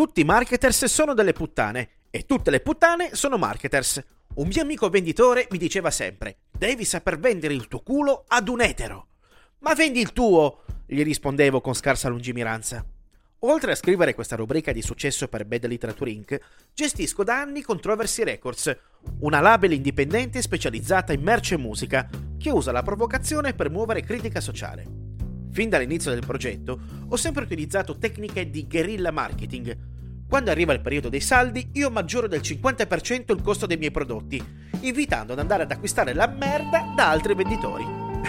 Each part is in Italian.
Tutti i marketers sono delle puttane e tutte le puttane sono marketers. Un mio amico venditore mi diceva sempre: devi saper vendere il tuo culo ad un etero. Ma vendi il tuo, gli rispondevo con scarsa lungimiranza. Oltre a scrivere questa rubrica di successo per Bad Literature Inc., gestisco da anni Controversy Records, una label indipendente specializzata in merce e musica che usa la provocazione per muovere critica sociale. Fin dall'inizio del progetto ho sempre utilizzato tecniche di guerrilla marketing. Quando arriva il periodo dei saldi, io maggioro del 50% il costo dei miei prodotti, invitando ad andare ad acquistare la merda da altri venditori.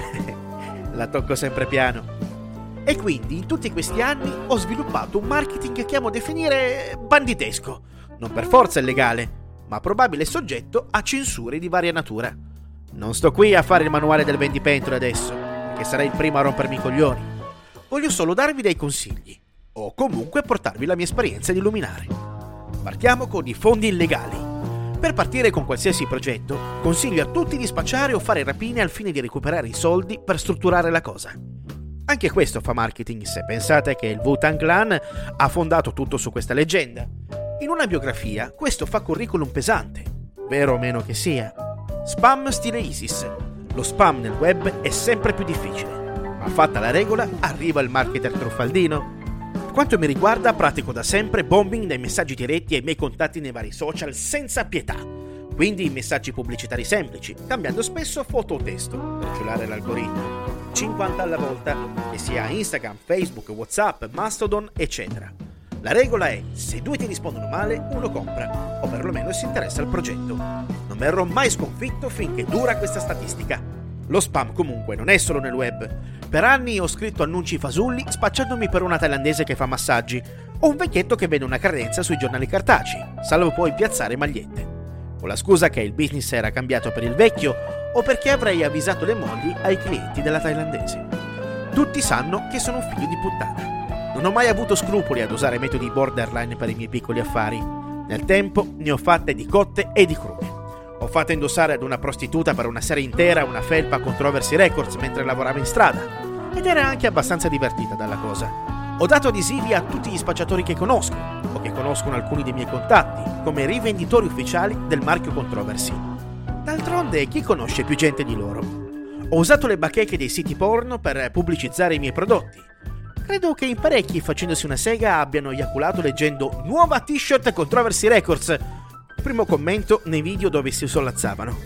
La tocco sempre piano. E quindi in tutti questi anni ho sviluppato un marketing che amo definire banditesco, non per forza illegale, ma probabile soggetto a censure di varia natura. Non sto qui a fare il manuale del vendipentole adesso, perché sarei il primo a rompermi i coglioni. Voglio solo darvi dei consigli, o comunque portarvi la mia esperienza di luminare. Partiamo con i fondi illegali. Per partire con qualsiasi progetto, consiglio a tutti di spacciare o fare rapine al fine di recuperare i soldi per strutturare la cosa. Anche questo fa marketing, se pensate che il Wu-Tang Clan ha fondato tutto su questa leggenda. In una biografia, questo fa curriculum pesante, vero o meno che sia. Spam stile ISIS. Lo spam nel web è sempre più difficile, ma fatta la regola arriva il marketer truffaldino. Per quanto mi riguarda, pratico da sempre bombing nei messaggi diretti ai miei contatti nei vari social senza pietà, quindi messaggi pubblicitari semplici, cambiando spesso foto o testo per ciulare l'algoritmo. 50 alla volta, che sia Instagram, Facebook, WhatsApp, Mastodon, eccetera. La regola è: se due ti rispondono male, uno compra, o perlomeno si interessa al progetto. Non verrò mai sconfitto finché dura questa statistica. Lo spam comunque non è solo nel web. Per anni ho scritto annunci fasulli spacciandomi per una thailandese che fa massaggi, o un vecchietto che vende una cadenza sui giornali cartacei, salvo poi piazzare magliette. Con la scusa che il business era cambiato per il vecchio, o perché avrei avvisato le mogli ai clienti della thailandese. Tutti sanno che sono un figlio di puttana. Non ho mai avuto scrupoli ad usare metodi borderline per i miei piccoli affari. Nel tempo ne ho fatte di cotte e di crude. Ho fatto indossare ad una prostituta per una sera intera una felpa Controversy Records mentre lavorava in strada, ed era anche abbastanza divertita dalla cosa. Ho dato adesivi a tutti gli spacciatori che conosco, o che conoscono alcuni dei miei contatti, come rivenditori ufficiali del marchio Controversy. D'altronde, chi conosce più gente di loro? Ho usato le bacheche dei siti porno per pubblicizzare i miei prodotti. Credo che in parecchi, facendosi una sega, abbiano eiaculato leggendo "Nuova t-shirt Controversy Records", primo commento nei video dove si sollazzavano.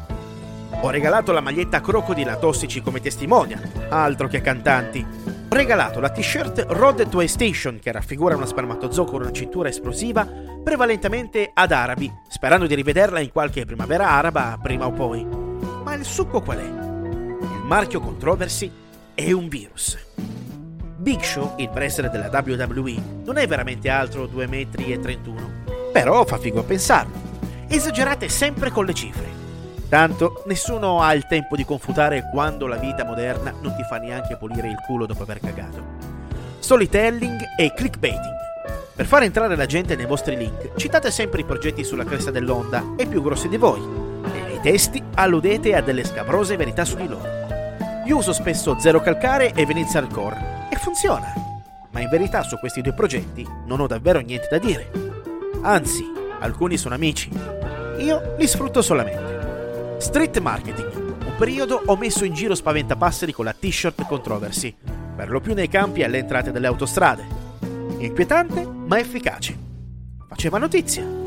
Ho regalato la maglietta Crocodile a tossici come testimonial, altro che cantanti. Ho regalato la t-shirt Road to a Station, che raffigura uno spermatozoo con una cintura esplosiva, prevalentemente ad arabi, sperando di rivederla in qualche primavera araba prima o poi. Ma il succo qual è? Il marchio Controversy è un virus. Big Show, il wrestler della WWE, non è veramente altro 2,31 m, però fa figo a pensarlo. Esagerate sempre con le cifre. Tanto nessuno ha il tempo di confutare quando la vita moderna non ti fa neanche pulire il culo dopo aver cagato. Storytelling e clickbaiting. Per far entrare la gente nei vostri link, citate sempre i progetti sulla cresta dell'onda e più grossi di voi, e nei testi alludete a delle scabrose verità su di loro. Io uso spesso Zero Calcare e Venezia Hardcore, e funziona, ma in verità su questi due progetti non ho davvero niente da dire. Anzi, alcuni sono amici, io li sfrutto solamente. Street marketing. Un periodo ho messo in giro spaventapasseri con la t-shirt Controversy, per lo più nei campi e alle entrate delle autostrade. Inquietante, ma efficace. Faceva notizia.